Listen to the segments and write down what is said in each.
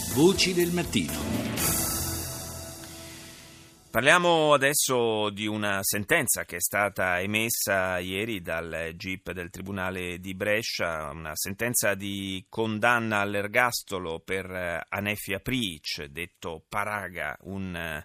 Voci del mattino. Parliamo adesso di una sentenza che è stata emessa ieri dal GIP del Tribunale di Brescia, una sentenza di condanna all'ergastolo per Hanefia Prijic, detto Paraga, un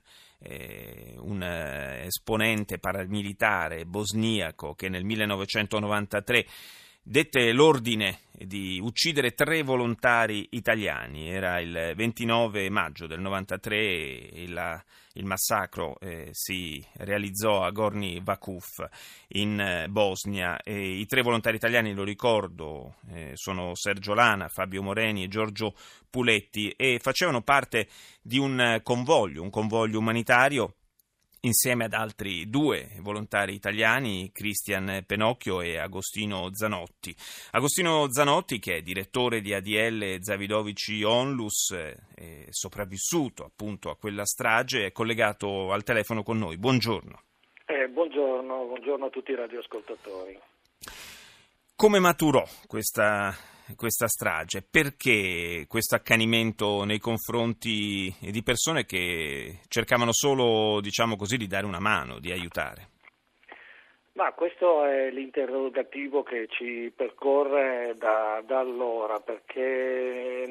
esponente paramilitare bosniaco che nel 1993 dette l'ordine di uccidere 3 volontari italiani. Era il 29 maggio del 93 e il massacro si realizzò a Gornji Vakuf in Bosnia. E i 3 volontari italiani, lo ricordo, sono Sergio Lana, Fabio Moreni e Giorgio Puletti, e facevano parte di un convoglio umanitario insieme ad altri 2 volontari italiani, Cristian Penocchio e Agostino Zanotti. Agostino Zanotti, che è direttore di ADL Zavidovici Onlus, è sopravvissuto appunto a quella strage, è collegato al telefono con noi. Buongiorno. Buongiorno a tutti i radioascoltatori. Come maturò questa strage? Perché questo accanimento nei confronti di persone che cercavano solo, diciamo così, di dare una mano, di aiutare? Ma questo è l'interrogativo che ci percorre da allora, perché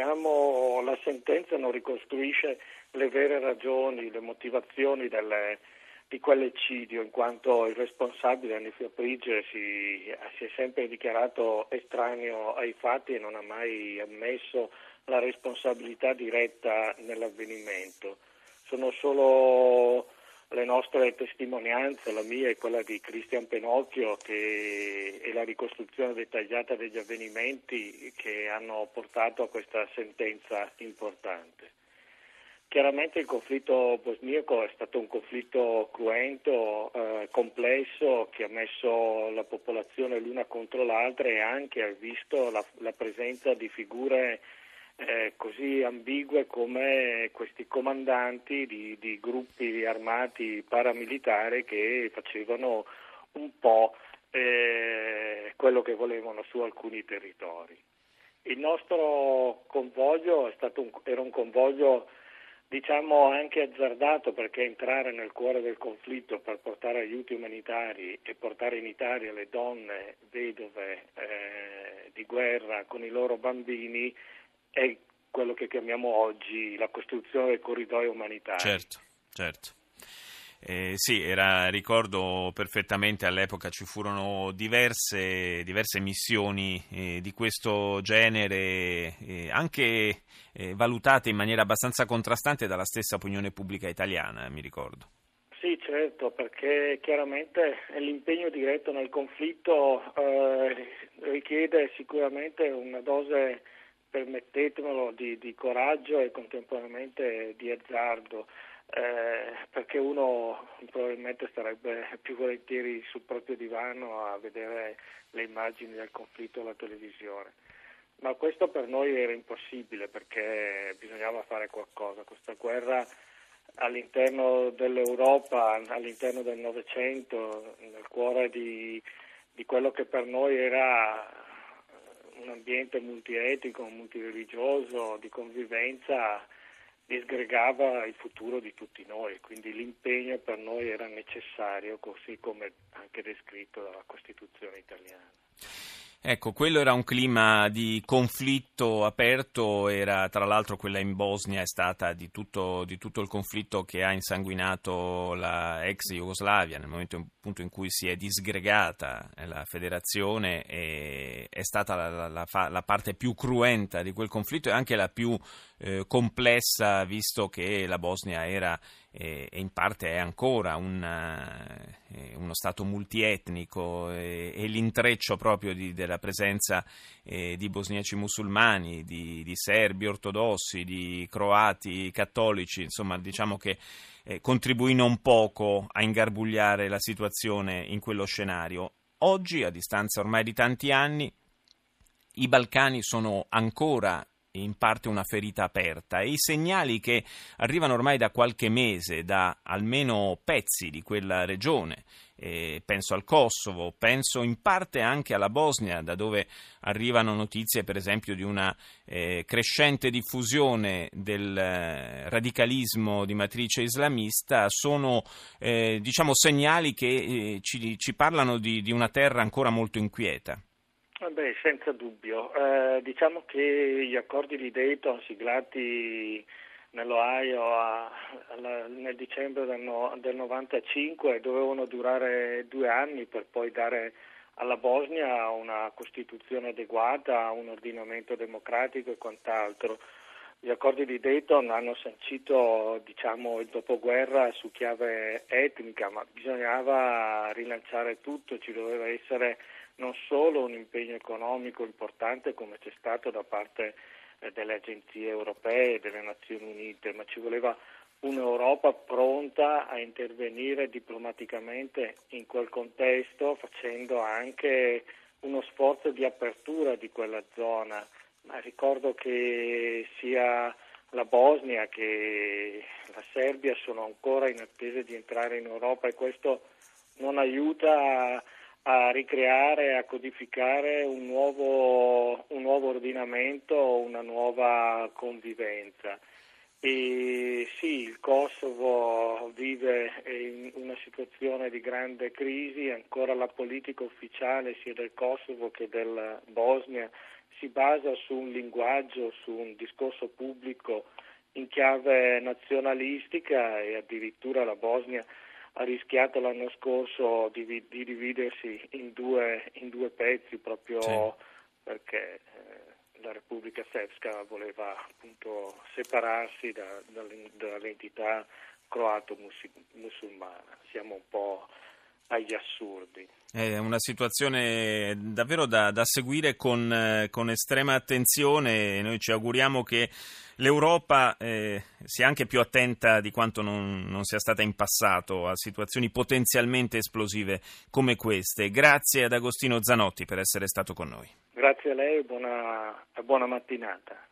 la sentenza non ricostruisce le vere ragioni, le motivazioni di quell'eccidio, in quanto il responsabile, Hanefia Prijic, si è sempre dichiarato estraneo ai fatti e non ha mai ammesso la responsabilità diretta nell'avvenimento. Sono solo le nostre testimonianze, la mia e quella di Cristian Penocchio, e la ricostruzione dettagliata degli avvenimenti che hanno portato a questa sentenza importante. Chiaramente il conflitto bosniaco è stato un conflitto cruento, complesso, che ha messo la popolazione l'una contro l'altra e anche ha visto la presenza di figure così ambigue come questi comandanti di gruppi armati paramilitari che facevano un po' quello che volevano su alcuni territori. Il nostro convoglio era un convoglio, diciamo, anche azzardato, perché entrare nel cuore del conflitto per portare aiuti umanitari e portare in Italia le donne vedove di guerra con i loro bambini è quello che chiamiamo oggi la costruzione del corridoio umanitario. Certo. Sì, ricordo perfettamente, all'epoca ci furono diverse missioni di questo genere, anche valutate in maniera abbastanza contrastante dalla stessa opinione pubblica italiana, mi ricordo. Sì, certo, perché chiaramente l'impegno diretto nel conflitto richiede sicuramente una dose, permettetemelo, di coraggio e contemporaneamente di azzardo. Perché uno probabilmente starebbe più volentieri sul proprio divano a vedere le immagini del conflitto alla televisione, ma questo per noi era impossibile, perché bisognava fare qualcosa. Questa guerra all'interno dell'Europa, all'interno del Novecento, nel cuore di quello che per noi era un ambiente multietnico, multireligioso, di convivenza, disgregava il futuro di tutti noi, quindi l'impegno per noi era necessario, così come anche descritto dalla Costituzione italiana. Ecco, quello era un clima di conflitto aperto, era tra l'altro quella in Bosnia è stata di tutto il conflitto che ha insanguinato la ex Jugoslavia, nel momento appunto in cui si è disgregata la federazione, è stata la parte più cruenta di quel conflitto e anche la più complessa, visto che la Bosnia era e in parte è ancora uno stato multietnico e l'intreccio proprio della presenza di bosniaci musulmani, di serbi ortodossi, di croati cattolici, insomma diciamo che contribuì non poco a ingarbugliare la situazione in quello scenario. Oggi, a distanza ormai di tanti anni, i Balcani sono ancora in parte una ferita aperta e i segnali che arrivano ormai da qualche mese da almeno pezzi di quella regione, penso al Kosovo, penso in parte anche alla Bosnia, da dove arrivano notizie per esempio di una crescente diffusione del radicalismo di matrice islamista, sono segnali che ci parlano di una terra ancora molto inquieta. Beh, senza dubbio. Diciamo che gli accordi di Dayton siglati nell'Ohio nel dicembre del 95 dovevano durare 2 anni per poi dare alla Bosnia una Costituzione adeguata, un ordinamento democratico e quant'altro. Gli accordi di Dayton hanno sancito, il dopoguerra su chiave etnica, ma bisognava rilanciare tutto, ci doveva essere non solo un impegno economico importante come c'è stato da parte delle agenzie europee e delle Nazioni Unite, ma ci voleva un'Europa pronta a intervenire diplomaticamente in quel contesto, facendo anche uno sforzo di apertura di quella zona. Ma ricordo che sia la Bosnia che la Serbia sono ancora in attesa di entrare in Europa e questo non aiuta a ricreare, a codificare un nuovo ordinamento, una nuova convivenza. E sì, il Kosovo vive in una situazione di grande crisi, ancora la politica ufficiale sia del Kosovo che della Bosnia si basa su un linguaggio, su un discorso pubblico in chiave nazionalistica e addirittura la Bosnia ha rischiato l'anno scorso di dividersi in due pezzi proprio perché la Repubblica Srpska voleva appunto separarsi dall'entità croato-musulmana. Siamo un po' agli assurdi. È una situazione davvero da seguire con estrema attenzione. Noi ci auguriamo che l'Europa sia anche più attenta di quanto non sia stata in passato a situazioni potenzialmente esplosive come queste. Grazie ad Agostino Zanotti per essere stato con noi. Grazie a lei e buona mattinata.